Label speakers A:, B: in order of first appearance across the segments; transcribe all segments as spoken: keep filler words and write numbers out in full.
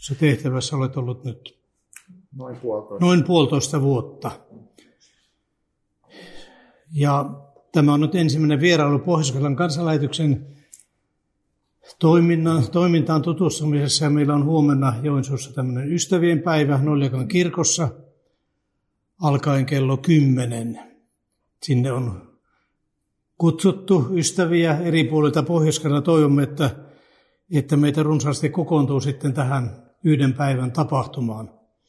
A: Se tehtävässä olet ollut nyt
B: noin puolitoista,
A: noin puolitoista vuotta. Ja tämä on nyt ensimmäinen vierailu Pohjois-Karjalan kansanlähetyksen toimintaan tutustumisessa. Ja meillä on huomenna Joensuussa tämmöinen ystävien päivä Noljakan kirkossa alkaen kello kymmenen. Sinne on kutsuttu ystäviä eri puolilta Pohjois-Karjalaa. Toivomme, että, että meitä runsaasti kokoontuu sitten tähän yhden päivän tapahtumaan.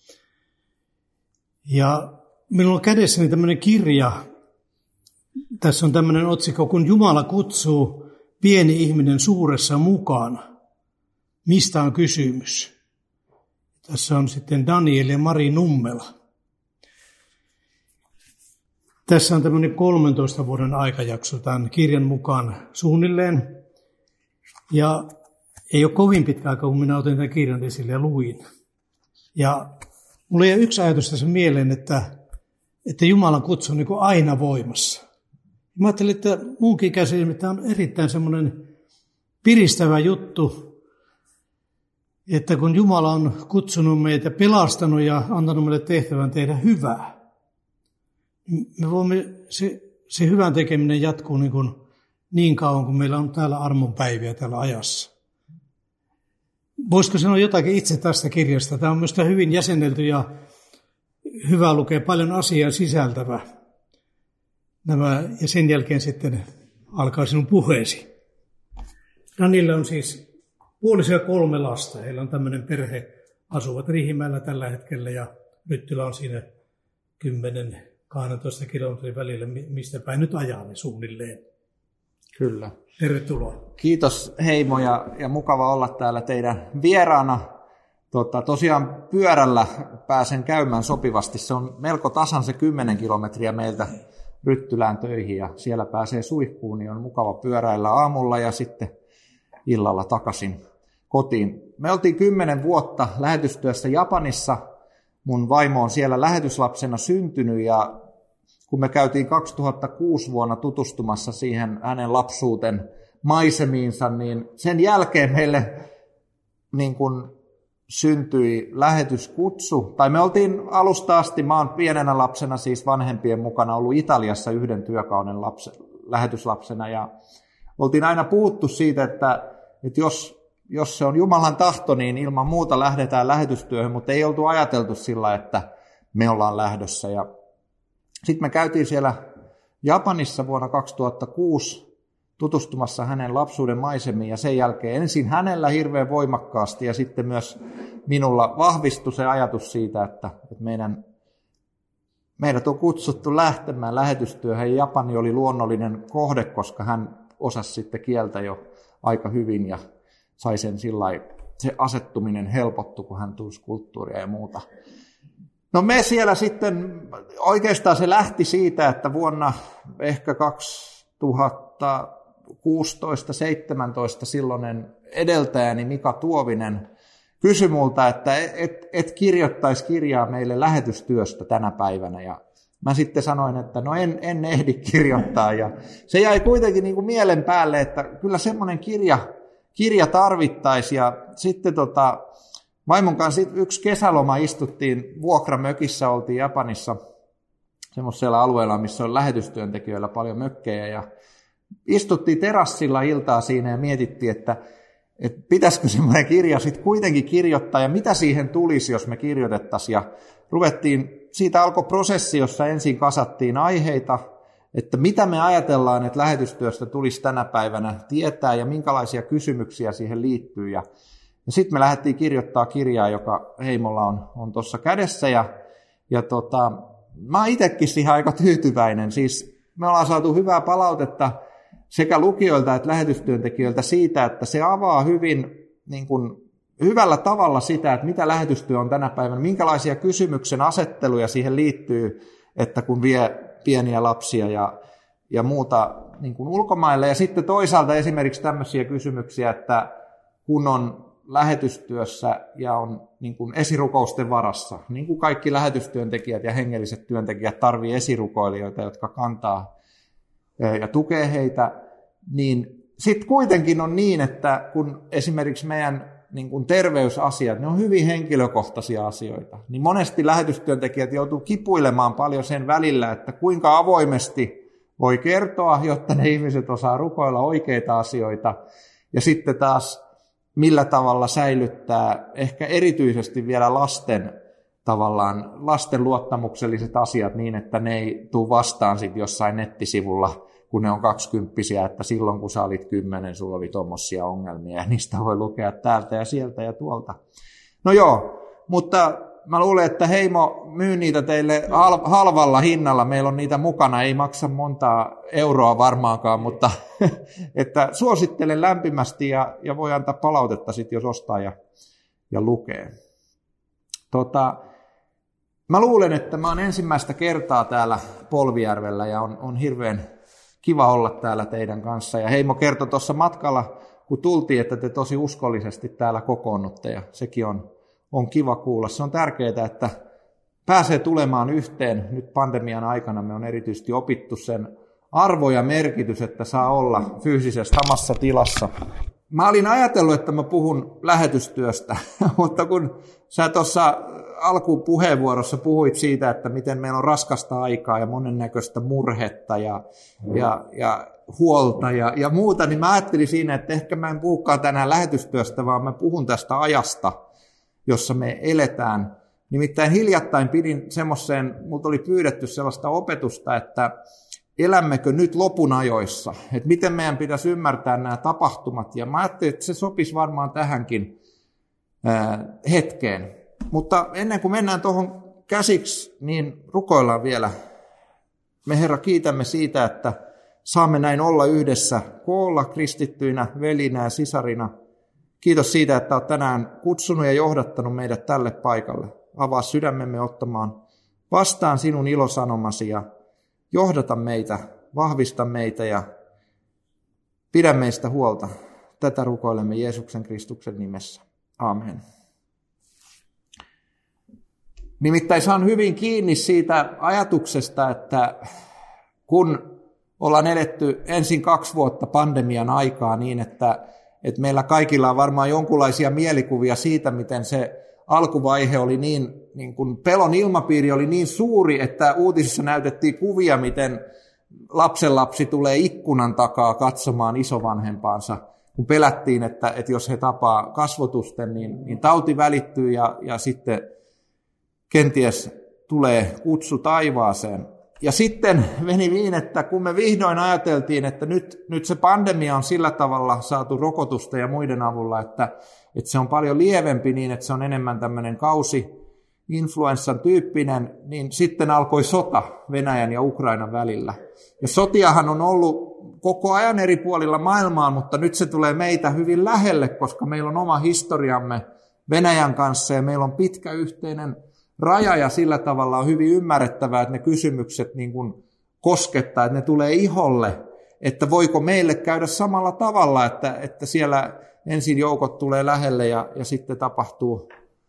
A: Ja minulla on kädessäni tämmöinen kirja. Tässä on tämmöinen otsikko, kun Jumala kutsuu pieni ihminen suuressa mukana. Mistä on kysymys? Tässä on sitten Daniel ja Mari Nummela. Tässä on tämmöinen kolmentoista vuoden aikajakso tämän kirjan mukaan suunnilleen. Ja ei ole kovin pitkä aika, kun minä otin tämän kirjan esille ja luin. Ja mulla jäi yksi ajatus tässä mieleen, että, että Jumalan kutsu on niin kuin aina voimassa. Mä ajattelin, että munkin käsiin, että on erittäin semmoinen piristävä juttu, että kun Jumala on kutsunut meitä, pelastanut ja antanut meille tehtävän tehdä hyvää, me voimme, se, se hyvän tekeminen jatkuu niin, kuin niin kauan, kun meillä on täällä armonpäiviä täällä ajassa. Voisiko sanoa jotakin itse tästä kirjasta? Tämä on myös hyvin jäsennelty ja hyvä lukea, paljon asiaa sisältävä. Nämä, ja sen jälkeen sitten alkaa sinun puheesi. Danilla on siis puoliso ja kolme lasta. Heillä on tämmöinen perhe, asuvat Riihimäellä tällä hetkellä ja Ryttylä on siinä kymmenen kaksitoista kilometrin välillä, mistä päin nyt ajamme suunnilleen.
B: Kyllä.
A: Tervetuloa.
B: Kiitos Heimo ja, ja mukava olla täällä teidän vieraana. Tota, tosiaan pyörällä pääsen käymään sopivasti. Se on melko tasan se kymmenen kilometriä meiltä Ryttylään töihin ja siellä pääsee suihkuun, niin on mukava pyöräillä aamulla ja sitten illalla takaisin kotiin. Me oltiin kymmenen vuotta lähetystyössä Japanissa. Mun vaimo on siellä lähetyslapsena syntynyt ja kun me käytiin kaksituhattakuusi vuonna tutustumassa siihen hänen lapsuuten maisemiinsa, niin sen jälkeen meille niin kun syntyi lähetyskutsu. Tai me oltiin alusta asti, mä oon pienenä lapsena siis vanhempien mukana ollut Italiassa yhden työkauden lapse, lähetyslapsena ja oltiin aina puhuttu siitä, että, että jos, jos se on Jumalan tahto, niin ilman muuta lähdetään lähetystyöhön, mutta ei oltu ajateltu sillä, että me ollaan lähdössä. Ja sitten me käytiin siellä Japanissa vuonna kaksituhattakuusi tutustumassa hänen lapsuuden maisemiin ja sen jälkeen ensin hänellä hirveän voimakkaasti ja sitten myös minulla vahvistui se ajatus siitä, että, että meidän, meidät on kutsuttu lähtemään lähetystyöhön ja Japani oli luonnollinen kohde, koska hän osasi sitten kieltä jo aika hyvin ja sai sen sillai, se asettuminen helpottu, kun hän tunsi kulttuuria ja muuta. No me siellä sitten, oikeastaan se lähti siitä, että vuonna ehkä kaksituhattakuusitoista seitsemäntoista silloinen edeltäjäni Mika Tuovinen kysyi multa, että et, et kirjoittaisi kirjaa meille lähetystyöstä tänä päivänä. Ja mä sitten sanoin, että no en, en ehdi kirjoittaa. Ja se jäi kuitenkin niin kuin mielen päälle, että kyllä semmoinen kirja, kirja tarvittaisi. Ja sitten tota... vaimon kanssa yksi kesäloma istuttiin vuokramökissä, oltiin Japanissa semmoisella alueella, missä on lähetystyöntekijöillä paljon mökkejä. Ja istuttiin terassilla iltaa siinä ja mietittiin, että, että pitäisikö semmoinen kirja sitten kuitenkin kirjoittaa ja mitä siihen tulisi, jos me kirjoitettaisiin. Ja ruvettiin, siitä alkoi prosessi, jossa ensin kasattiin aiheita, että mitä me ajatellaan, että lähetystyöstä tulisi tänä päivänä tietää ja minkälaisia kysymyksiä siihen liittyy. Ja Ja sitten me lähdettiin kirjoittaa kirjaa, joka Heimolla on, on tuossa kädessä. Ja, ja tota, mä oon itsekin siihen aika tyytyväinen. Siis me ollaan saatu hyvää palautetta sekä lukijoilta että lähetystyöntekijöiltä siitä, että se avaa hyvin niin kuin, hyvällä tavalla sitä, että mitä lähetystyö on tänä päivänä, minkälaisia kysymyksen asetteluja siihen liittyy, että kun vie pieniä lapsia ja, ja muuta niin kuin ulkomaille. Ja sitten toisaalta esimerkiksi tämmöisiä kysymyksiä, että kun on lähetystyössä ja on niin kuin esirukousten varassa, niin kuin kaikki lähetystyöntekijät ja hengelliset työntekijät tarvii esirukoilijoita, jotka kantaa ja tukee heitä, niin sitten kuitenkin on niin, että kun esimerkiksi meidän niin kuin terveysasiat, ne on hyvin henkilökohtaisia asioita. Niin monesti lähetystyöntekijät joutuu kipuilemaan paljon sen välillä, että kuinka avoimesti voi kertoa, jotta ne ihmiset osaa rukoilla oikeita asioita. Ja sitten taas millä tavalla säilyttää ehkä erityisesti vielä lasten tavallaan lasten luottamukselliset asiat niin, että ne ei tule vastaan sitten jossain nettisivulla, kun ne on kaksikymppisiä, että silloin kun sä olit kymmenen, sulla oli tommosia ongelmia ja niistä voi lukea täältä ja sieltä ja tuolta. No joo, mutta mä luulen, että Heimo myy niitä teille halvalla hinnalla. Meillä on niitä mukana, ei maksa montaa euroa varmaankaan, mutta että suosittelen lämpimästi ja, ja voi antaa palautetta sitten, jos ostaa ja, ja lukee. Tota, mä luulen, että mä oon ensimmäistä kertaa täällä Polvijärvellä ja on, on hirveän kiva olla täällä teidän kanssa. Ja Heimo kertoi tuossa matkalla, kun tultiin, että te tosi uskollisesti täällä kokoonnutte ja sekin on, on kiva kuulla. Se on tärkeää, että pääsee tulemaan yhteen. Nyt pandemian aikana me on erityisesti opittu sen arvo ja merkitys, että saa olla fyysisesti samassa tilassa. Mä olin ajatellut, että mä puhun lähetystyöstä, mutta kun sä tuossa alkupuheenvuorossa puhuit siitä, että miten meillä on raskasta aikaa ja monennäköistä murhetta ja, ja, ja huolta ja, ja muuta, niin mä ajattelin siinä, että ehkä mä en puhukaan tänään lähetystyöstä, vaan mä puhun tästä ajasta, jossa me eletään. Nimittäin hiljattain pidin semmoiseen, multa oli pyydetty sellaista opetusta, että elämmekö nyt lopun ajoissa, että miten meidän pitäisi ymmärtää nämä tapahtumat. Ja mä ajattelin, että se sopisi varmaan tähänkin ää, hetkeen. Mutta ennen kuin mennään tuohon käsiksi, niin rukoillaan vielä. Me Herra kiitämme siitä, että saamme näin olla yhdessä koolla kristittyinä, velinä ja sisarina. Kiitos siitä, että olet tänään kutsunut ja johdattanut meidät tälle paikalle. Avaa sydämemme ottamaan vastaan sinun ilosanomasi ja johdata meitä, vahvista meitä ja pidä meistä huolta. Tätä rukoilemme Jeesuksen Kristuksen nimessä. Amen. Nimittäin saan hyvin kiinni siitä ajatuksesta, että kun ollaan eletty ensin kaksi vuotta pandemian aikaa niin, että, että meillä kaikilla on varmaan jonkinlaisia mielikuvia siitä, miten se alkuvaihe oli niin, niin kuin pelon ilmapiiri oli niin suuri, että uutisissa näytettiin kuvia, miten lapsenlapsi tulee ikkunan takaa katsomaan isovanhempaansa, kun pelättiin, että, että jos he tapaa kasvotusten, niin, niin tauti välittyy ja, ja sitten kenties tulee kutsu taivaaseen. Ja sitten meni niin, että kun me vihdoin ajateltiin, että nyt, nyt se pandemia on sillä tavalla saatu rokotusta ja muiden avulla, että, että se on paljon lievempi niin, että se on enemmän tämmöinen kausi influenssan tyyppinen, niin sitten alkoi sota Venäjän ja Ukrainan välillä. Ja sotiahan on ollut koko ajan eri puolilla maailmaa, mutta nyt se tulee meitä hyvin lähelle, koska meillä on oma historiamme Venäjän kanssa ja meillä on pitkä yhteinen raja ja sillä tavalla on hyvin ymmärrettävää, että ne kysymykset niin kuin koskettaa, että ne tulee iholle, että voiko meille käydä samalla tavalla, että, että siellä ensin joukot tulee lähelle ja, ja sitten tapahtuu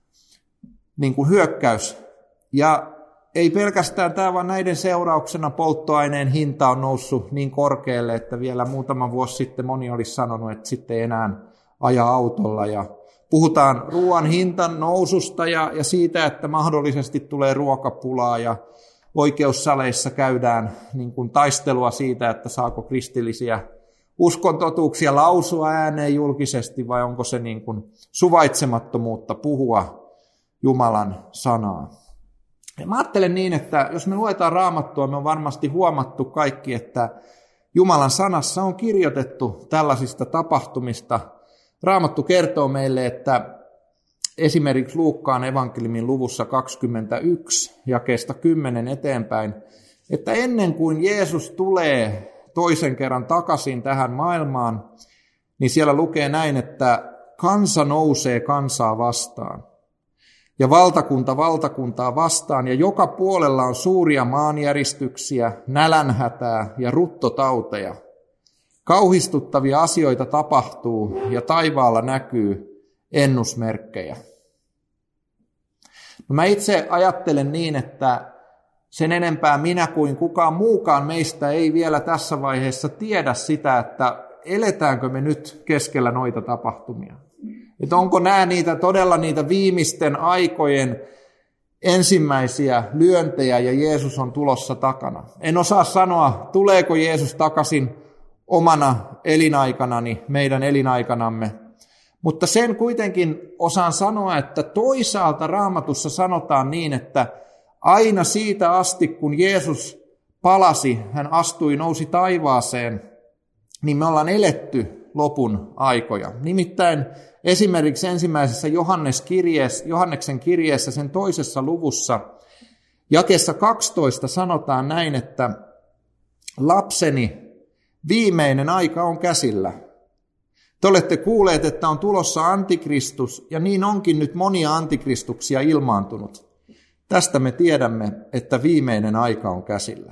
B: niin kuin hyökkäys. Ja ei pelkästään tämä, vaan näiden seurauksena polttoaineen hinta on noussut niin korkealle, että vielä muutama vuosi sitten moni olisi sanonut, että sitten ei enää aja autolla ja puhutaan ruoan hintan noususta ja, ja siitä, että mahdollisesti tulee ruokapulaa ja oikeussaleissa käydään niin kuin taistelua siitä, että saako kristillisiä uskontotuuksia lausua ääneen julkisesti vai onko se niin kuin suvaitsemattomuutta puhua Jumalan sanaa. Ja mä ajattelen niin, että jos me luetaan Raamattua, me on varmasti huomattu kaikki, että Jumalan sanassa on kirjoitettu tällaisista tapahtumista. Raamattu kertoo meille, että esimerkiksi Luukkaan evankeliumin luvussa kaksikymmentäyksi, jakeesta kymmenen eteenpäin, että ennen kuin Jeesus tulee toisen kerran takaisin tähän maailmaan, niin siellä lukee näin, että kansa nousee kansaa vastaan ja valtakunta valtakuntaa vastaan, ja joka puolella on suuria maanjäristyksiä, nälänhätää ja ruttotauteja. Kauhistuttavia asioita tapahtuu ja taivaalla näkyy ennusmerkkejä. No mä itse ajattelen niin, että sen enempää minä kuin kukaan muukaan meistä ei vielä tässä vaiheessa tiedä sitä, että eletäänkö me nyt keskellä noita tapahtumia. Että onko nämä niitä, todella niitä viimeisten aikojen ensimmäisiä lyöntejä ja Jeesus on tulossa takana. En osaa sanoa, tuleeko Jeesus takaisin omana elinaikanani, meidän elinaikanamme. Mutta sen kuitenkin osaan sanoa, että toisaalta Raamatussa sanotaan niin, että aina siitä asti, kun Jeesus palasi, hän astui, nousi taivaaseen, niin me ollaan eletty lopun aikoja. Nimittäin esimerkiksi ensimmäisessä Johannes kirjeessä, Johanneksen kirjeessä, sen toisessa luvussa, jakeessa kaksitoista sanotaan näin, että lapseni, viimeinen aika on käsillä. Te olette kuulleet, että on tulossa antikristus, ja niin onkin nyt monia antikristuksia ilmaantunut. Tästä me tiedämme, että viimeinen aika on käsillä.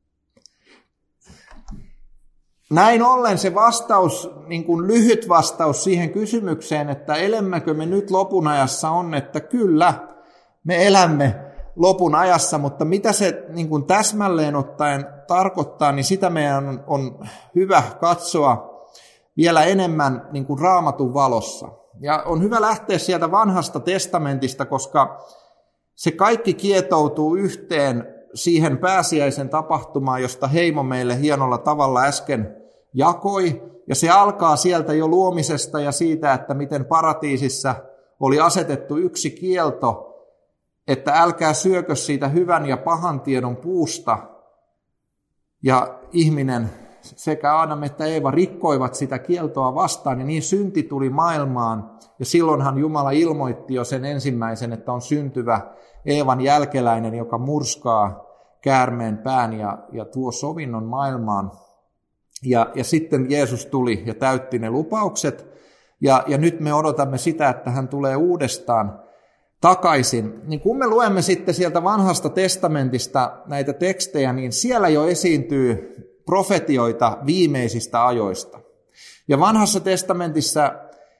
B: Näin ollen se vastaus, niin kuin lyhyt vastaus siihen kysymykseen, että elämmekö me nyt lopun ajassa on, että kyllä, me elämme lopun ajassa, mutta mitä se niin kuin täsmälleen ottaen tarkoittaa, niin sitä meidän on, on hyvä katsoa vielä enemmän niin kuin Raamatun valossa. Ja on hyvä lähteä sieltä vanhasta testamentista, koska se kaikki kietoutuu yhteen siihen pääsiäisen tapahtumaan, josta Heimo meille hienolla tavalla äsken jakoi. Ja se alkaa sieltä jo luomisesta ja siitä, että miten paratiisissa oli asetettu yksi kielto, että älkää syökö siitä hyvän ja pahan tiedon puusta. Ja ihminen sekä Aadam että Eeva rikkoivat sitä kieltoa vastaan, ja niin synti tuli maailmaan. Ja silloinhan Jumala ilmoitti jo sen ensimmäisen, että on syntyvä Eevan jälkeläinen, joka murskaa käärmeen pään ja, ja tuo sovinnon maailmaan. Ja, ja sitten Jeesus tuli ja täytti ne lupaukset. Ja, ja nyt me odotamme sitä, että hän tulee uudestaan takaisin. Niin kun me luemme sitten sieltä vanhasta testamentista näitä tekstejä, niin siellä jo esiintyy profetioita viimeisistä ajoista. Ja vanhassa testamentissa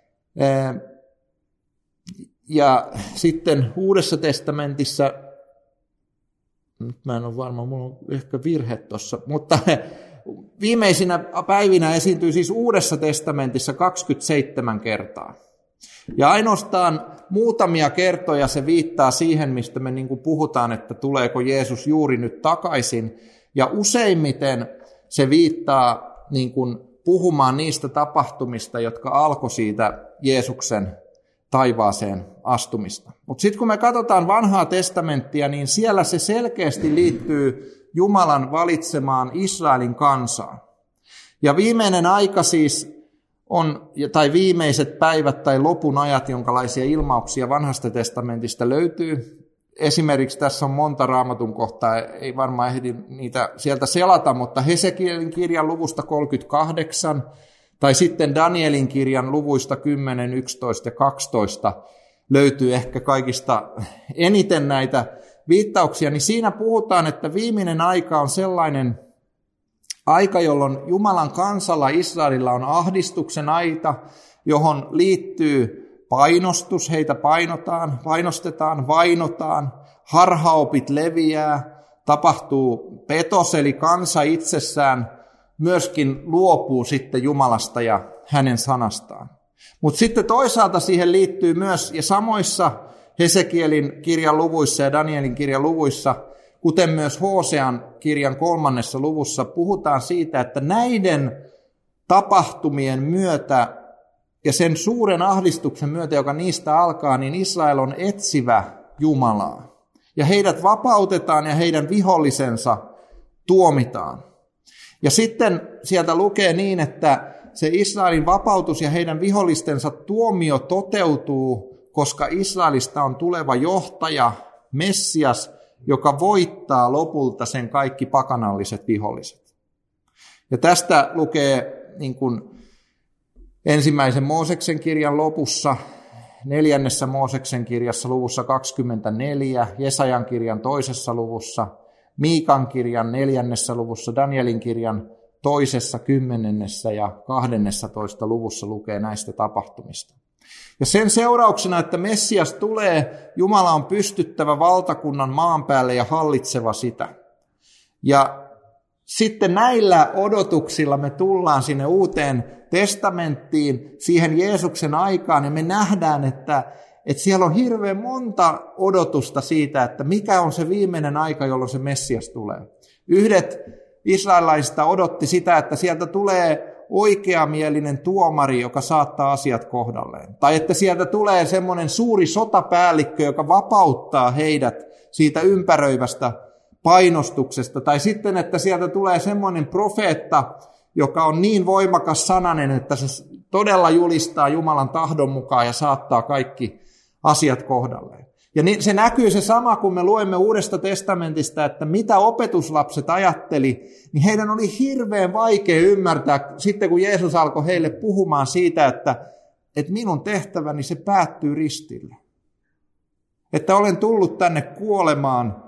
B: ja sitten uudessa testamentissa, nyt mä en ole varma, mulla on ehkä virhe tuossa, mutta viimeisinä päivinä esiintyy siis uudessa testamentissa kaksikymmentäseitsemän kertaa. Ja ainoastaan muutamia kertoja se viittaa siihen, mistä me niin kuin puhutaan, että tuleeko Jeesus juuri nyt takaisin. Ja useimmiten se viittaa niin kuin puhumaan niistä tapahtumista, jotka alkoi siitä Jeesuksen taivaaseen astumista. Mutta sitten kun me katsotaan vanhaa testamenttia, niin siellä se selkeästi liittyy Jumalan valitsemaan Israelin kansaan. Ja viimeinen aika siis on, tai viimeiset päivät tai lopun ajat, jonkalaisia ilmauksia vanhasta testamentista löytyy. Esimerkiksi tässä on monta Raamatun kohtaa, ei varmaan ehdi niitä sieltä selata, mutta Hesekielin kirjan luvusta kolmekymmentäkahdeksan, tai sitten Danielin kirjan luvuista kymmenen, yksitoista ja kaksitoista löytyy ehkä kaikista eniten näitä viittauksia, niin siinä puhutaan, että viimeinen aika on sellainen aika, jolloin Jumalan kansalla Israelilla on ahdistuksen aita, johon liittyy painostus, heitä painotaan, painostetaan, vainotaan, harhaopit leviää, tapahtuu petos, eli kansa itsessään myöskin luopuu sitten Jumalasta ja hänen sanastaan. Mutta sitten toisaalta siihen liittyy myös, ja samoissa Hesekielin kirjan luvuissa ja Danielin kirjan luvuissa, kuten myös Hosean kirjan kolmannessa luvussa, puhutaan siitä, että näiden tapahtumien myötä ja sen suuren ahdistuksen myötä, joka niistä alkaa, niin Israel on etsivä Jumalaa. Ja heidät vapautetaan ja heidän vihollisensa tuomitaan. Ja sitten sieltä lukee niin, että se Israelin vapautus ja heidän vihollistensa tuomio toteutuu, koska Israelista on tuleva johtaja, Messias, joka voittaa lopulta sen kaikki pakanalliset viholliset. Ja tästä lukee niin kuin ensimmäisen Mooseksen kirjan lopussa, neljännessä Mooseksen kirjassa luvussa kaksikymmentäneljä, Jesajan kirjan toisessa luvussa, Miikan kirjan neljännessä luvussa, Danielin kirjan toisessa, kymmenennessä ja kahdennessatoista luvussa lukee näistä tapahtumista. Ja sen seurauksena, että Messias tulee, Jumala on pystyttävä valtakunnan maan päälle ja hallitseva sitä. Ja sitten näillä odotuksilla me tullaan sinne Uuteen testamenttiin, siihen Jeesuksen aikaan, ja me nähdään, että, että siellä on hirveän monta odotusta siitä, että mikä on se viimeinen aika, jolloin se Messias tulee. Yhdet israelaisista odotti sitä, että sieltä tulee oikeamielinen tuomari, joka saattaa asiat kohdalleen. Tai että sieltä tulee semmoinen suuri sotapäällikkö, joka vapauttaa heidät siitä ympäröivästä painostuksesta. Tai sitten, että sieltä tulee semmoinen profeetta, joka on niin voimakas sananen, että se todella julistaa Jumalan tahdon mukaan ja saattaa kaikki asiat kohdalleen. Ja se näkyy se sama, kun me luemme Uudesta testamentista, että mitä opetuslapset ajatteli, niin heidän oli hirveän vaikea ymmärtää, sitten kun Jeesus alkoi heille puhumaan siitä, että, että minun tehtäväni se päättyy ristille. Että olen tullut tänne kuolemaan,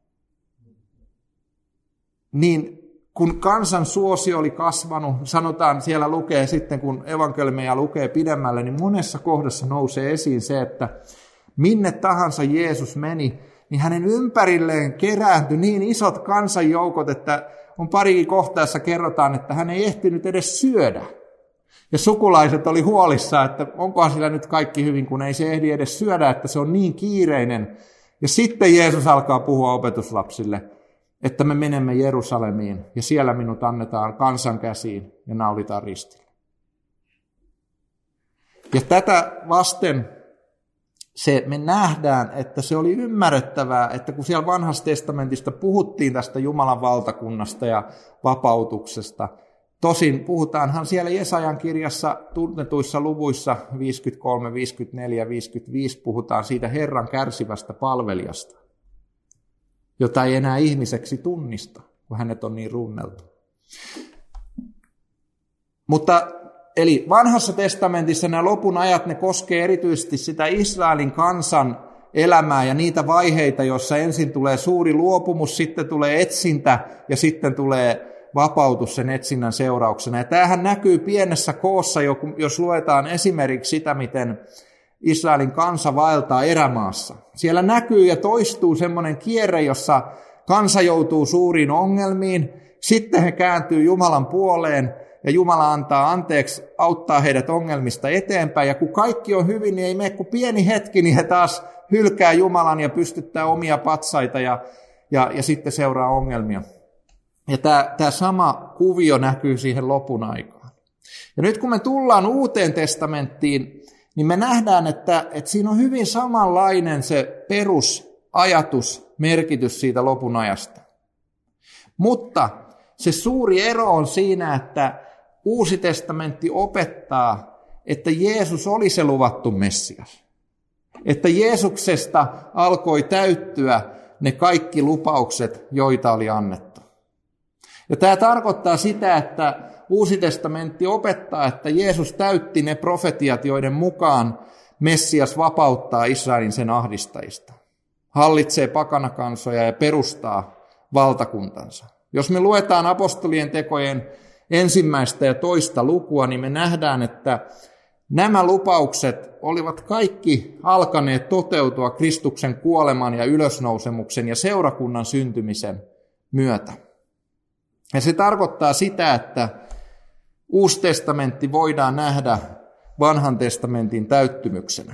B: niin kun kansan suosio oli kasvanut, sanotaan siellä lukee sitten, kun evankeliumia lukee pidemmälle, niin monessa kohdassa nousee esiin se, että minne tahansa Jeesus meni, niin hänen ympärilleen kerääntyi niin isot kansanjoukot, että on parikin kohtaa, jossa kerrotaan, että hän ei ehtinyt edes syödä. Ja sukulaiset oli huolissaan, että onkohan sillä nyt kaikki hyvin, kun ei se ehdi edes syödä, että se on niin kiireinen. Ja sitten Jeesus alkaa puhua opetuslapsille, että me menemme Jerusalemiin ja siellä minut annetaan kansan käsiin ja naulitaan ristille. Ja tätä vasten se, me nähdään, että se oli ymmärrettävää, että kun siellä vanhassa testamentista puhuttiin tästä Jumalan valtakunnasta ja vapautuksesta, tosin puhutaanhan siellä Jesajan kirjassa tunnetuissa luvuissa viisikymmentäkolme, viisikymmentäneljä, viisikymmentäviisi puhutaan siitä Herran kärsivästä palvelijasta, jota ei enää ihmiseksi tunnista, kun hänet on niin runneltu. Mutta eli vanhassa testamentissa nämä lopun ajat, ne koskee erityisesti sitä Israelin kansan elämää ja niitä vaiheita, joissa ensin tulee suuri luopumus, sitten tulee etsintä ja sitten tulee vapautus sen etsinnän seurauksena. Ja tämähän näkyy pienessä koossa, jos luetaan esimerkiksi sitä, miten Israelin kansa vaeltaa erämaassa. Siellä näkyy ja toistuu semmoinen kierre, jossa kansa joutuu suuriin ongelmiin, sitten he kääntyy Jumalan puoleen, ja Jumala antaa anteeksi, auttaa heidät ongelmista eteenpäin. Ja kun kaikki on hyvin, niin ei mene kuin pieni hetki, niin he taas hylkää Jumalan ja pystyttää omia patsaita ja, ja, ja sitten seuraa ongelmia. Ja tämä, tämä sama kuvio näkyy siihen lopun aikaan. Ja nyt kun me tullaan Uuteen testamenttiin, niin me nähdään, että, että siinä on hyvin samanlainen se perusajatus, merkitys siitä lopun ajasta. Mutta se suuri ero on siinä, että Uusi testamentti opettaa, että Jeesus oli se luvattu Messias. Että Jeesuksesta alkoi täyttyä ne kaikki lupaukset, joita oli annettu. Ja tämä tarkoittaa sitä, että Uusi testamentti opettaa, että Jeesus täytti ne profetiat, joiden mukaan Messias vapauttaa Israelin sen ahdistajista. Hallitsee pakanakansoja ja perustaa valtakuntansa. Jos me luetaan apostolien tekojen ensimmäistä ja toista lukua, niin me nähdään, että nämä lupaukset olivat kaikki alkaneet toteutua Kristuksen kuoleman ja ylösnousemuksen ja seurakunnan syntymisen myötä. Ja se tarkoittaa sitä, että Uusi testamentti voidaan nähdä vanhan testamentin täyttymyksenä.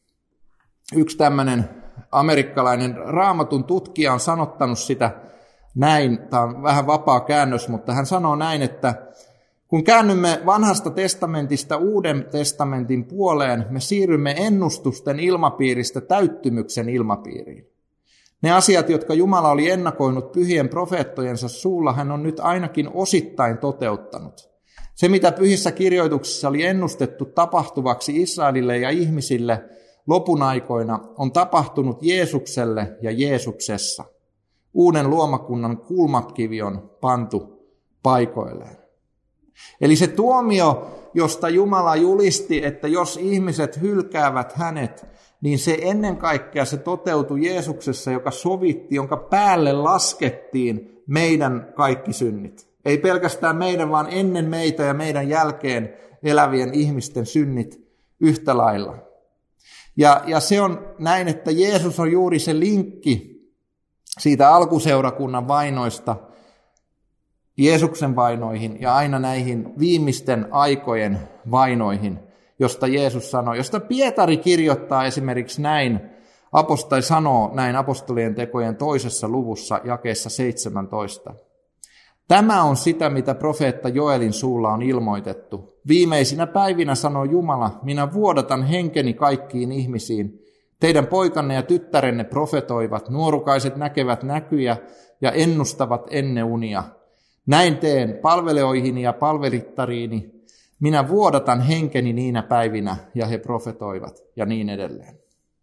B: Yksi tämmöinen amerikkalainen raamatun tutkija on sanottanut sitä näin, tämä on vähän vapaa käännös, mutta hän sanoo näin, että kun käännymme vanhasta testamentista Uuden testamentin puoleen, me siirrymme ennustusten ilmapiiristä täyttymyksen ilmapiiriin. Ne asiat, jotka Jumala oli ennakoinut pyhien profeettojensa suulla, hän on nyt ainakin osittain toteuttanut. Se, mitä pyhissä kirjoituksissa oli ennustettu tapahtuvaksi Israelille ja ihmisille lopun aikoina, on tapahtunut Jeesukselle ja Jeesuksessa. Uuden luomakunnan kulmakivi on pantu paikoilleen. Eli se tuomio, josta Jumala julisti, että jos ihmiset hylkäävät hänet, niin se ennen kaikkea se toteutui Jeesuksessa, joka sovitti, jonka päälle laskettiin meidän kaikki synnit. Ei pelkästään meidän, vaan ennen meitä ja meidän jälkeen elävien ihmisten synnit yhtä lailla. Ja, ja se on näin, että Jeesus on juuri se linkki siitä alkuseurakunnan vainoista Jeesuksen vainoihin ja aina näihin viimeisten aikojen vainoihin, josta Jeesus sanoi, josta Pietari kirjoittaa esimerkiksi näin, apostoli sanoo näin apostolien tekojen toisessa luvussa jakeessa seitsemäntoista. Tämä on sitä, mitä profeetta Joelin suulla on ilmoitettu. Viimeisinä päivinä sanoo Jumala, minä vuodatan henkeni kaikkiin ihmisiin. Teidän poikanne ja tyttärenne profetoivat, nuorukaiset näkevät näkyjä ja ennustavat ennen unia. Näin teen palvelijoihini ja palvelittariini. Minä vuodatan henkeni niinä päivinä ja he profetoivat ja niin edelleen.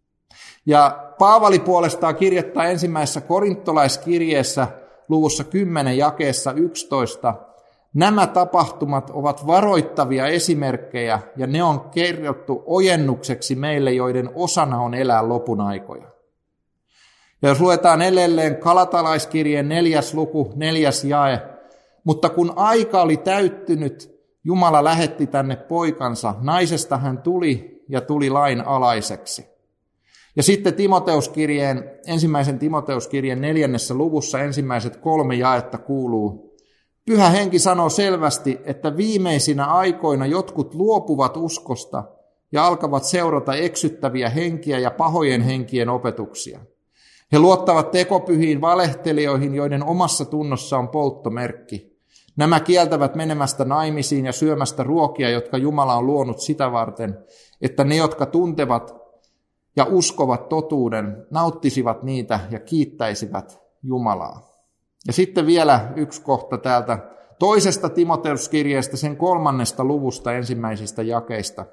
B: Ja Paavali puolestaan kirjoittaa ensimmäisessä korintolaiskirjeessä luvussa kymmenen jakeessa yksitoista. Nämä tapahtumat ovat varoittavia esimerkkejä ja ne on kerrottu ojennukseksi meille, joiden osana on elää lopun aikoja. Ja jos luetaan edelleen Galatalaiskirjeen neljäs luku, neljäs jae, mutta kun aika oli täyttynyt, Jumala lähetti tänne poikansa, naisesta hän tuli ja tuli lain alaiseksi. Ja sitten Timoteuskirjeen, ensimmäisen Timoteuskirjeen neljännessä luvussa ensimmäiset kolme jaetta kuuluu. Pyhä henki sanoo selvästi, että viimeisinä aikoina jotkut luopuvat uskosta ja alkavat seurata eksyttäviä henkiä ja pahojen henkien opetuksia. He luottavat tekopyhiin valehtelijoihin, joiden omassa tunnossa on polttomerkki. Nämä kieltävät menemästä naimisiin ja syömästä ruokia, jotka Jumala on luonut sitä varten, että ne, jotka tuntevat ja uskovat totuuden, nauttisivat niitä ja kiittäisivät Jumalaa. Ja sitten vielä yksi kohta täältä toisesta Timoteuskirjeestä, sen kolmannesta luvusta ensimmäisistä jakeista.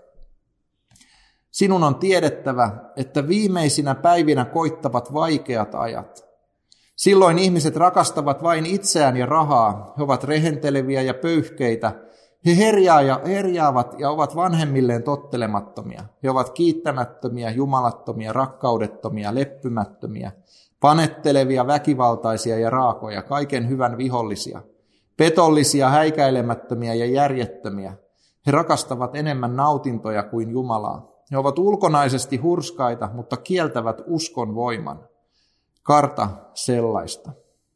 B: Sinun on tiedettävä, että viimeisinä päivinä koittavat vaikeat ajat. Silloin ihmiset rakastavat vain itseään ja rahaa, he ovat rehenteleviä ja pöyhkeitä, he herjaa ja herjaavat ja ovat vanhemmilleen tottelemattomia. He ovat kiittämättömiä, jumalattomia, rakkaudettomia, leppymättömiä, panettelevia, väkivaltaisia ja raakoja, kaiken hyvän vihollisia, petollisia, häikäilemättömiä ja järjettömiä. He rakastavat enemmän nautintoja kuin Jumalaa. He ovat ulkonaisesti hurskaita, mutta kieltävät uskon voiman. Karta sellaista.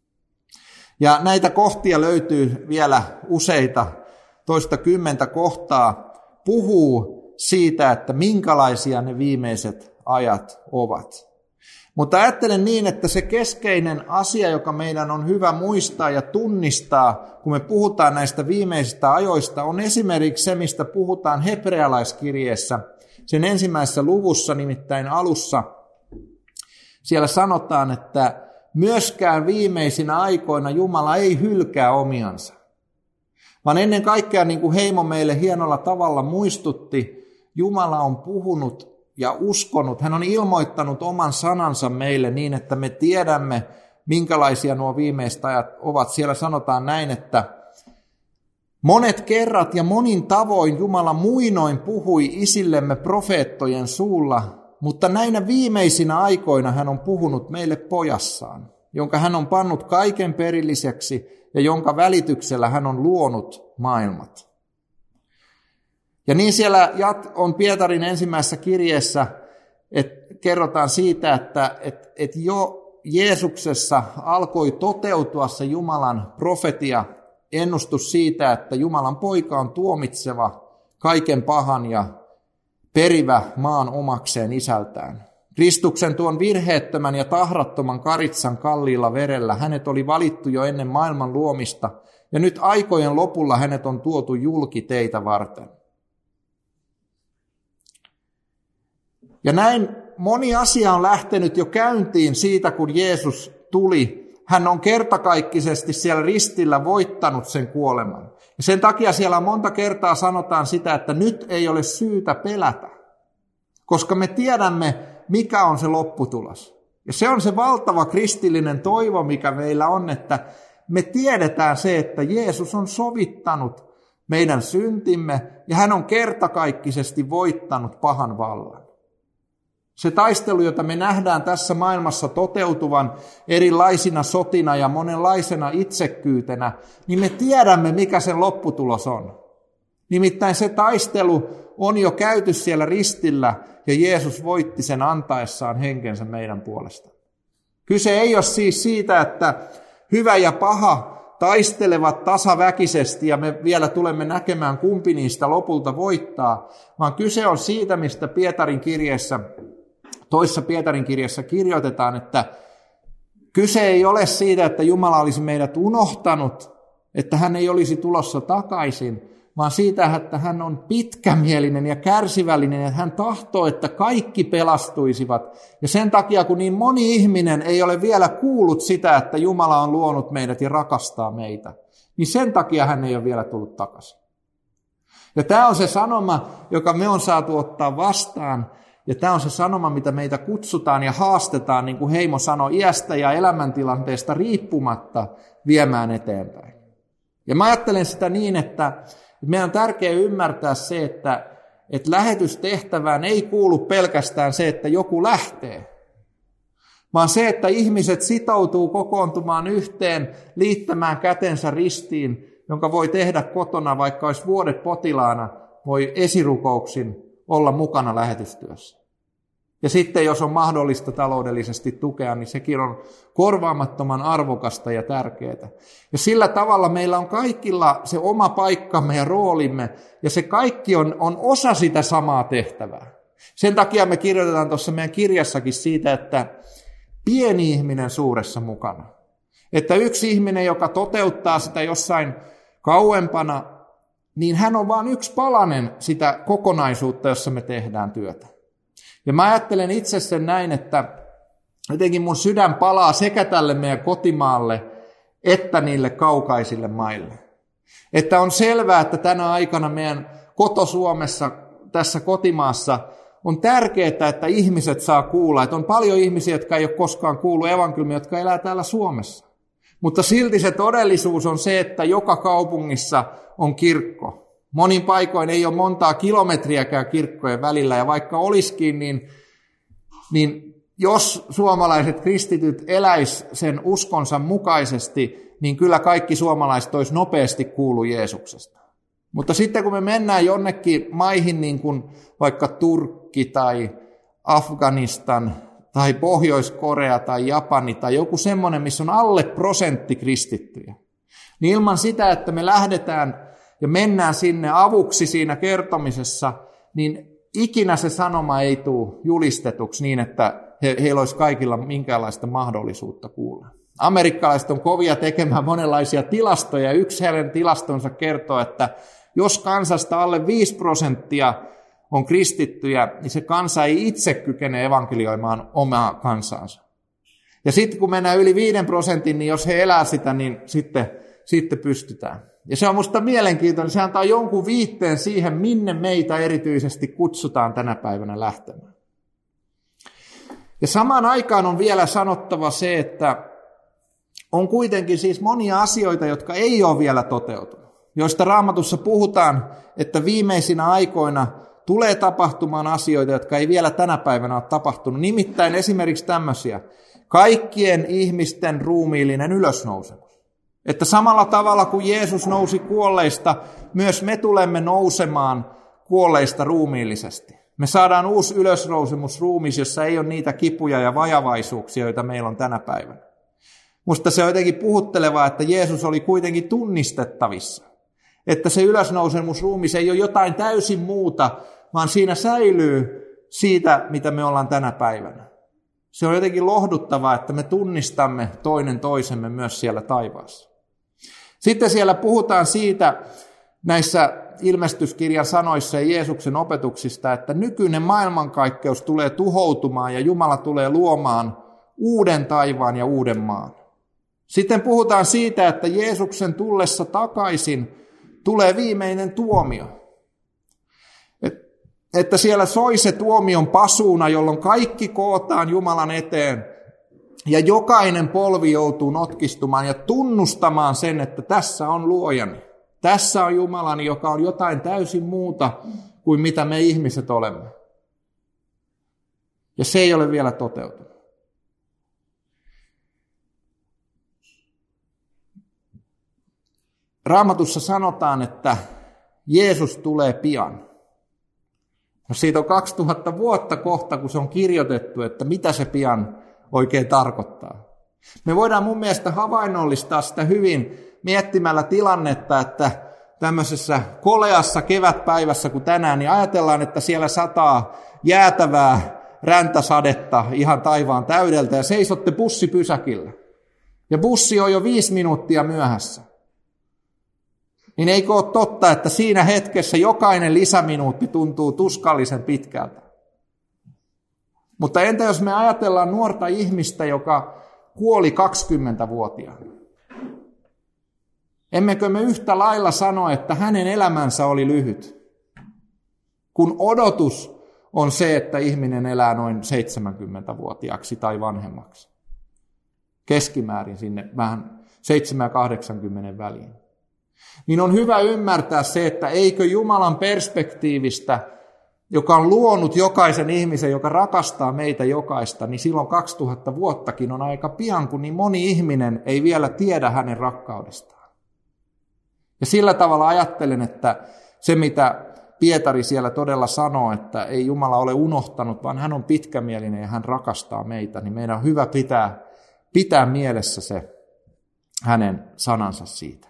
B: Ja näitä kohtia löytyy vielä useita, toista kymmentä kohtaa, puhuu siitä, että minkälaisia ne viimeiset ajat ovat. Mutta ajattelen niin, että se keskeinen asia, joka meidän on hyvä muistaa ja tunnistaa, kun me puhutaan näistä viimeisistä ajoista, on esimerkiksi se, mistä puhutaan hebrealaiskirjeessä, sen ensimmäisessä luvussa, nimittäin alussa. Siellä sanotaan, että myöskään viimeisinä aikoina Jumala ei hylkää omiansa, vaan ennen kaikkea, niin kuin Heimo meille hienolla tavalla muistutti, Jumala on puhunut ja uskonut, hän on ilmoittanut oman sanansa meille niin, että me tiedämme, minkälaisia nuo viimeiset ajat ovat. Siellä sanotaan näin, että monet kerrat ja monin tavoin Jumala muinoin puhui isillemme profeettojen suulla, mutta näinä viimeisinä aikoina hän on puhunut meille pojassaan, jonka hän on pannut kaiken perilliseksi ja jonka välityksellä hän on luonut maailmat. Ja niin siellä on Pietarin ensimmäisessä kirjeessä, että kerrotaan siitä, että, että, että jo Jeesuksessa alkoi toteutua se Jumalan profetia, ennustus siitä, että Jumalan poika on tuomitseva kaiken pahan ja perivä maan omakseen isältään. Kristuksen tuon virheettömän ja tahrattoman karitsan kalliilla verellä hänet oli valittu jo ennen maailman luomista, ja nyt aikojen lopulla hänet on tuotu julki teitä varten. Ja näin moni asia on lähtenyt jo käyntiin siitä, kun Jeesus tuli. Hän on kertakaikkisesti siellä ristillä voittanut sen kuoleman. Ja sen takia siellä monta kertaa sanotaan sitä, että nyt ei ole syytä pelätä, koska me tiedämme, mikä on se lopputulos. Ja se on se valtava kristillinen toivo, mikä meillä on, että me tiedetään se, että Jeesus on sovittanut meidän syntimme ja hän on kertakaikkisesti voittanut pahan vallan. Se taistelu, jota me nähdään tässä maailmassa toteutuvan erilaisina sotina ja monenlaisena itsekkyytenä, niin me tiedämme, mikä sen lopputulos on. Nimittäin se taistelu on jo käyty siellä ristillä ja Jeesus voitti sen antaessaan henkensä meidän puolesta. Kyse ei ole siis siitä, että hyvä ja paha taistelevat tasaväkisesti ja me vielä tulemme näkemään, kumpi niistä lopulta voittaa, vaan kyse on siitä, mistä Pietarin kirjeessä, toisessa Pietarin kirjassa kirjoitetaan, että kyse ei ole siitä, että Jumala olisi meidät unohtanut, että hän ei olisi tulossa takaisin, vaan siitä, että hän on pitkämielinen ja kärsivällinen, ja hän tahtoo, että kaikki pelastuisivat. Ja sen takia, kun niin moni ihminen ei ole vielä kuullut sitä, että Jumala on luonut meidät ja rakastaa meitä, niin sen takia hän ei ole vielä tullut takaisin. Ja tämä on se sanoma, joka me on saatu ottaa vastaan, ja tämä on se sanoma, mitä meitä kutsutaan ja haastetaan, niin kuin Heimo sanoi, iästä ja elämäntilanteesta riippumatta viemään eteenpäin. Ja mä ajattelen sitä niin, että meidän on tärkeää ymmärtää se, että, että lähetystehtävään ei kuulu pelkästään se, että joku lähtee, vaan se, että ihmiset sitoutuu kokoontumaan yhteen, liittämään kätensä ristiin, jonka voi tehdä kotona, vaikka olisi vuodet potilaana, voi esirukouksin olla mukana lähetystyössä. Ja sitten, jos on mahdollista taloudellisesti tukea, niin sekin on korvaamattoman arvokasta ja tärkeää. Ja sillä tavalla meillä on kaikilla se oma paikkamme ja roolimme, ja se kaikki on, on osa sitä samaa tehtävää. Sen takia me kirjoitetaan tuossa meidän kirjassakin siitä, että pieni ihminen suuressa mukana. Että yksi ihminen, joka toteuttaa sitä jossain kauempana, niin hän on vain yksi palanen sitä kokonaisuutta, jossa me tehdään työtä. Ja mä ajattelen itse sen näin, että jotenkin mun sydän palaa sekä tälle meidän kotimaalle, että niille kaukaisille maille. Että on selvää, että tänä aikana meidän koto-Suomessa, tässä kotimaassa, on tärkeää, että ihmiset saa kuulla. Että on paljon ihmisiä, jotka ei ole koskaan kuullut evankeliumia, jotka elää täällä Suomessa. Mutta silti se todellisuus on se, että joka kaupungissa on kirkko. Monin paikoin ei ole montaa kilometriäkään kirkkojen välillä, ja vaikka olisikin, niin, niin jos suomalaiset kristityt eläis sen uskonsa mukaisesti, niin kyllä kaikki suomalaiset olisi nopeasti kuullut Jeesuksesta. Mutta sitten kun me mennään jonnekin maihin, niin kuin vaikka Turkki tai Afganistan tai Pohjois-Korea tai Japani tai joku semmoinen, missä on alle prosentti kristittyjä, niin ilman sitä, että me lähdetään ja mennään sinne avuksi siinä kertomisessa, niin ikinä se sanoma ei tule julistetuksi niin, että he, heillä olisi kaikilla minkäänlaista mahdollisuutta kuulla. Amerikkalaiset on kovia tekemään monenlaisia tilastoja, ja yksi heidän tilastonsa kertoo, että jos kansasta alle viisi prosenttia on kristittyjä, niin se kansa ei itse kykene evankelioimaan omaa kansaansa. Ja sitten kun mennään yli viiden prosentin, niin jos he elää sitä, niin sitten, sitten pystytään. Ja se on musta mielenkiintoinen, se antaa jonkun viitteen siihen, minne meitä erityisesti kutsutaan tänä päivänä lähtemään. Ja samaan aikaan on vielä sanottava se, että on kuitenkin siis monia asioita, jotka ei ole vielä toteutunut, joista Raamatussa puhutaan, että viimeisinä aikoina tulee tapahtumaan asioita, jotka ei vielä tänä päivänä ole tapahtunut. Nimittäin esimerkiksi tämmöisiä, kaikkien ihmisten ruumiillinen ylösnousemus. Että samalla tavalla kuin Jeesus nousi kuolleista, myös me tulemme nousemaan kuolleista ruumiillisesti. Me saadaan uusi ylösnousemus ruumiissa, jossa ei ole niitä kipuja ja vajavaisuuksia, joita meillä on tänä päivänä. Musta se on jotenkin puhuttelevaa, että Jeesus oli kuitenkin tunnistettavissa. Että se ylösnousemus ruumiissa ei ole jotain täysin muuta, vaan siinä säilyy siitä, mitä me ollaan tänä päivänä. Se on jotenkin lohduttavaa, että me tunnistamme toinen toisemme myös siellä taivaassa. Sitten siellä puhutaan siitä näissä ilmestyskirjan sanoissa ja Jeesuksen opetuksista, että nykyinen maailmankaikkeus tulee tuhoutumaan ja Jumala tulee luomaan uuden taivaan ja uuden maan. Sitten puhutaan siitä, että Jeesuksen tullessa takaisin tulee viimeinen tuomio. Että siellä soi se tuomion pasuuna, jolloin kaikki kootaan Jumalan eteen ja jokainen polvi joutuu notkistumaan ja tunnustamaan sen, että tässä on luojani. Tässä on Jumalani, joka on jotain täysin muuta kuin mitä me ihmiset olemme. Ja se ei ole vielä toteutunut. Raamatussa sanotaan, että Jeesus tulee pian. No siitä on kaksituhatta vuotta kohta, kun se on kirjoitettu, että mitä se pian oikein tarkoittaa. Me voidaan mun mielestä havainnollistaa sitä hyvin miettimällä tilannetta, että tämmöisessä koleassa kevätpäivässä kuin tänään, niin ajatellaan, että siellä sataa jäätävää räntäsadetta ihan taivaan täydeltä ja seisotte bussipysäkillä. Ja bussi on jo viisi minuuttia myöhässä. Niin eikö ole totta, että siinä hetkessä jokainen lisäminuutti tuntuu tuskallisen pitkältä? Mutta entä jos me ajatellaan nuorta ihmistä, joka kuoli kaksikymmentävuotiaana? Emmekö me yhtä lailla sano, että hänen elämänsä oli lyhyt, kun odotus on se, että ihminen elää noin seitsemänkymmentävuotiaaksi tai vanhemmaksi. Keskimäärin sinne vähän seitsemän kahdeksankymmentä väliin. Niin on hyvä ymmärtää se, että eikö Jumalan perspektiivistä, joka on luonut jokaisen ihmisen, joka rakastaa meitä jokaista, niin silloin kaksituhatta vuottakin on aika pian, kun niin moni ihminen ei vielä tiedä hänen rakkaudestaan. Ja sillä tavalla ajattelen, että se mitä Pietari siellä todella sanoo, että ei Jumala ole unohtanut, vaan hän on pitkämielinen ja hän rakastaa meitä, niin meidän on hyvä pitää, pitää mielessä se hänen sanansa siitä.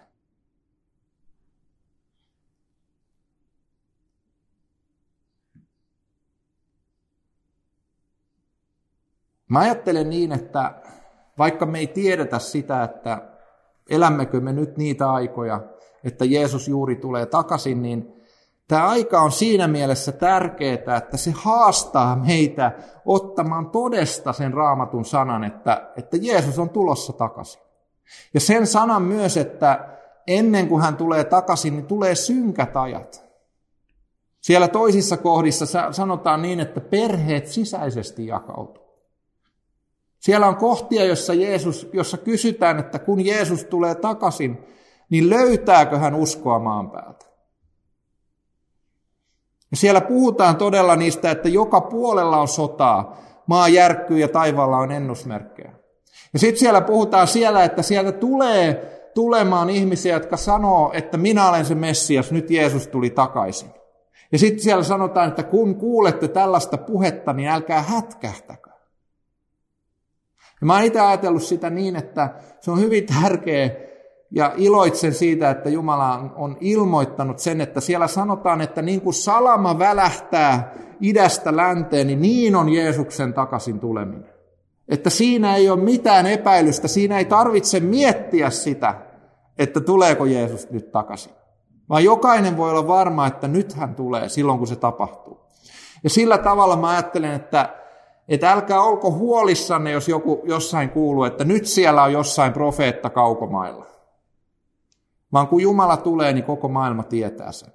B: Mä ajattelen niin, että vaikka me ei tiedetä sitä, että elämmekö me nyt niitä aikoja, että Jeesus juuri tulee takaisin, niin tämä aika on siinä mielessä tärkeää, että se haastaa meitä ottamaan todesta sen Raamatun sanan, että, että Jeesus on tulossa takaisin. Ja sen sanan myös, että ennen kuin hän tulee takaisin, niin tulee synkät ajat. Siellä toisissa kohdissa sanotaan niin, että perheet sisäisesti jakautuu. Siellä on kohtia, jossa, Jeesus, jossa kysytään, että kun Jeesus tulee takaisin, niin löytääkö hän uskoa maan päältä? Ja siellä puhutaan todella niistä, että joka puolella on sotaa, maa järkkyy ja taivaalla on ennusmerkkejä. Ja sitten siellä puhutaan siellä, että sieltä tulee tulemaan ihmisiä, jotka sanoo, että minä olen se Messias, nyt Jeesus tuli takaisin. Ja sitten siellä sanotaan, että kun kuulette tällaista puhetta, niin älkää hätkähtäkö. Ja mä oon itse ajatellut sitä niin, että se on hyvin tärkeä ja iloitsen siitä, että Jumala on ilmoittanut sen, että siellä sanotaan, että niin kuin salama välähtää idästä länteen, niin niin on Jeesuksen takaisin tuleminen. Että siinä ei ole mitään epäilystä, siinä ei tarvitse miettiä sitä, että tuleeko Jeesus nyt takaisin. Vaan jokainen voi olla varma, että nyt hän tulee silloin, kun se tapahtuu. Ja sillä tavalla mä ajattelen, että Että älkää olko huolissanne, jos joku jossain kuuluu, että nyt siellä on jossain profeetta kaukomailla. Vaan kun Jumala tulee, niin koko maailma tietää sen.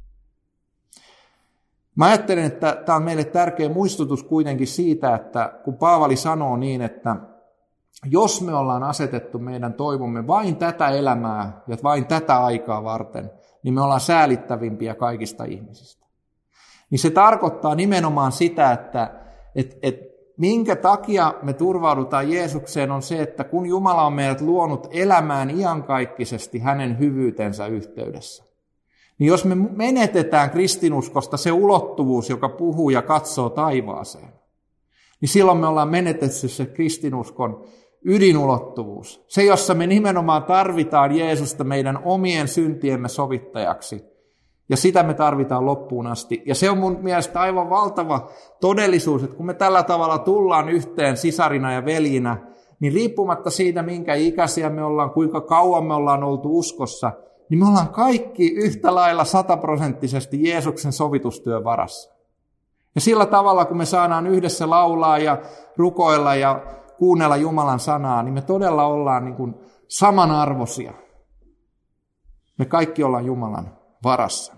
B: Mä ajattelen, että tämä on meille tärkeä muistutus kuitenkin siitä, että kun Paavali sanoo niin, että jos me ollaan asetettu meidän toivomme vain tätä elämää ja vain tätä aikaa varten, niin me ollaan säälittävimpiä kaikista ihmisistä. Niin se tarkoittaa nimenomaan sitä, että Et, et, minkä takia me turvaudutaan Jeesukseen on se, että kun Jumala on meidät luonut elämään iankaikkisesti hänen hyvyytensä yhteydessä, niin jos me menetetään kristinuskosta se ulottuvuus, joka puhuu ja katsoo taivaaseen, niin silloin me ollaan menetetty se kristinuskon ydinulottuvuus. Se, jossa me nimenomaan tarvitaan Jeesusta meidän omien syntiemme sovittajaksi. Ja sitä me tarvitaan loppuun asti. Ja se on mun mielestä aivan valtava todellisuus, että kun me tällä tavalla tullaan yhteen sisarina ja veljinä, niin riippumatta siitä, minkä ikäisiä me ollaan, kuinka kauan me ollaan oltu uskossa, niin me ollaan kaikki yhtä lailla sataprosenttisesti Jeesuksen sovitustyön varassa. Ja sillä tavalla, kun me saadaan yhdessä laulaa ja rukoilla ja kuunnella Jumalan sanaa, niin me todella ollaan niin kuin samanarvoisia. Me kaikki ollaan Jumalan varassa.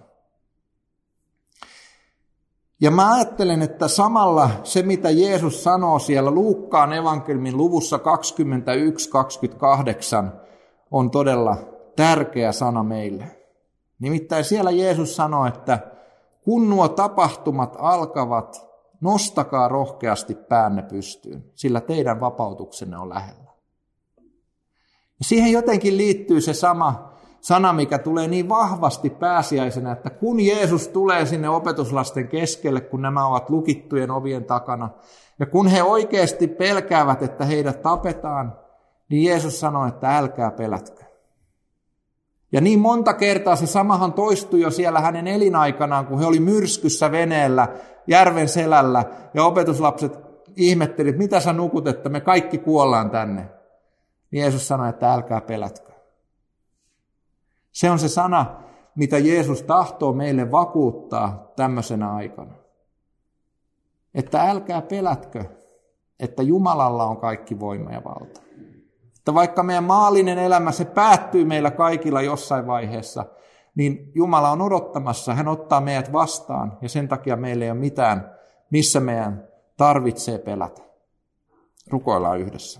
B: Ja mä ajattelen, että samalla se, mitä Jeesus sanoo siellä Luukkaan evankeliumin luvussa kaksikymmentäyksi kaksikymmentäkahdeksan, on todella tärkeä sana meille. Nimittäin siellä Jeesus sanoo, että kun nuo tapahtumat alkavat, nostakaa rohkeasti päänne pystyyn, sillä teidän vapautuksenne on lähellä. Ja siihen jotenkin liittyy se sama sana, mikä tulee niin vahvasti pääsiäisenä, että kun Jeesus tulee sinne opetuslasten keskelle, kun nämä ovat lukittujen ovien takana, ja kun he oikeasti pelkäävät, että heidät tapetaan, niin Jeesus sanoo, että älkää pelätkö. Ja niin monta kertaa se samahan toistui jo siellä hänen elinaikanaan, kun he oli myrskyssä veneellä, järven selällä, ja opetuslapset ihmettelivät, että mitä sä nukut, että me kaikki kuollaan tänne. Jeesus sanoi, että älkää pelätkö. Se on se sana, mitä Jeesus tahtoo meille vakuuttaa tämmöisenä aikana. Että älkää pelätkö, että Jumalalla on kaikki voima ja valta. Että vaikka meidän maallinen elämä, se päättyy meillä kaikilla jossain vaiheessa, niin Jumala on odottamassa, hän ottaa meidät vastaan ja sen takia meillä ei ole mitään, missä meidän tarvitsee pelätä. Rukoillaan yhdessä.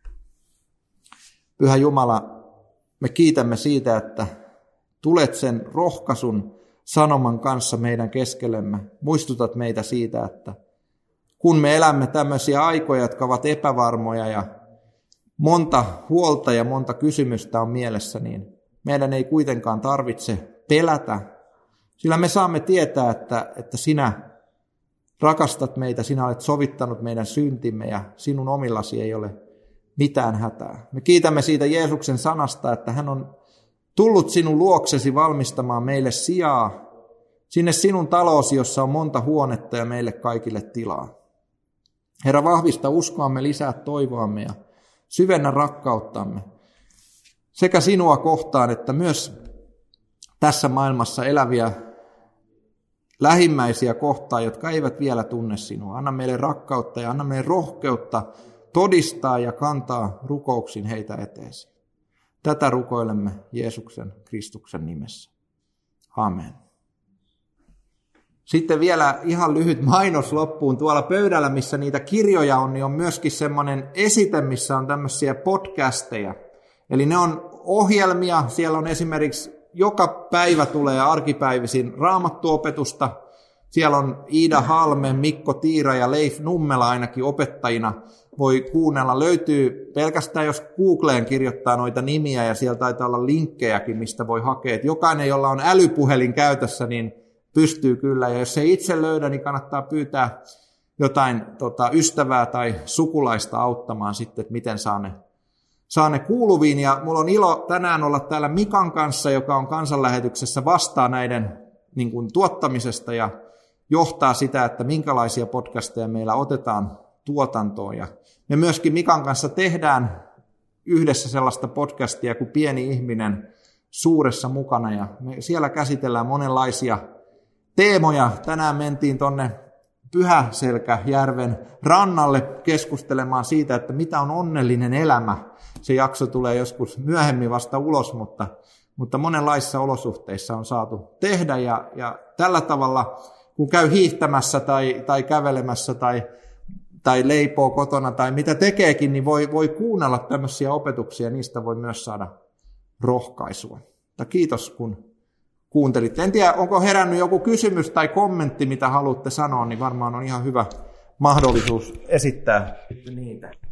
B: Pyhä Jumala, me kiitämme siitä, että tulet sen rohkaisun sanoman kanssa meidän keskellemme. Muistutat meitä siitä, että kun me elämme tämmöisiä aikoja, jotka ovat epävarmoja ja monta huolta ja monta kysymystä on mielessä, niin meidän ei kuitenkaan tarvitse pelätä, sillä me saamme tietää, että, että sinä rakastat meitä, sinä olet sovittanut meidän syntimme ja sinun omillasi ei ole mitään hätää. Me kiitämme siitä Jeesuksen sanasta, että hän on tullut sinun luoksesi valmistamaan meille sijaa, sinne sinun taloosi, jossa on monta huonetta ja meille kaikille tilaa. Herra, vahvista uskoamme, lisää toivoamme ja syvennä rakkauttamme sekä sinua kohtaan, että myös tässä maailmassa eläviä lähimmäisiä kohtaan, jotka eivät vielä tunne sinua. Anna meille rakkautta ja anna meille rohkeutta todistaa ja kantaa rukouksin heitä eteesi. Tätä rukoilemme Jeesuksen Kristuksen nimessä. Amen. Sitten vielä ihan lyhyt mainos loppuun. Tuolla pöydällä, missä niitä kirjoja on, niin on myöskin semmoinen esite, missä on tämmöisiä podcasteja. Eli ne on ohjelmia. Siellä on esimerkiksi joka päivä tulee arkipäivisin raamattuopetusta. Siellä on Iida Halme, Mikko Tiira ja Leif Nummela ainakin opettajina. Voi kuunnella. Löytyy pelkästään, jos Googleen kirjoittaa noita nimiä ja siellä taitaa olla linkkejäkin, mistä voi hakea. Et jokainen, jolla on älypuhelin käytössä, niin pystyy kyllä. Ja jos ei itse löydä, niin kannattaa pyytää jotain tota, ystävää tai sukulaista auttamaan sitten, että miten saa ne, saa ne kuuluviin. Ja mulla on ilo tänään olla täällä Mikan kanssa, joka on kansanlähetyksessä vastaa näiden niin kuin, tuottamisesta ja johtaa sitä, että minkälaisia podcasteja meillä otetaan tuotantoon. Ja me myöskin Mikan kanssa tehdään yhdessä sellaista podcastia kuin Pieni ihminen suuressa mukana. Ja me siellä käsitellään monenlaisia teemoja. Tänään mentiin tuonne Pyhäselkäjärven rannalle keskustelemaan siitä, että mitä on onnellinen elämä. Se jakso tulee joskus myöhemmin vasta ulos, mutta, mutta monenlaisissa olosuhteissa on saatu tehdä. Ja, ja tällä tavalla, kun käy hiihtämässä tai, tai kävelemässä tai, tai leipoo kotona tai mitä tekeekin, niin voi, voi kuunnella tämmöisiä opetuksia ja niistä voi myös saada rohkaisua. Mutta kiitos, kun kuuntelitte. En tiedä, onko herännyt joku kysymys tai kommentti, mitä haluatte sanoa, niin varmaan on ihan hyvä mahdollisuus esittää niitä.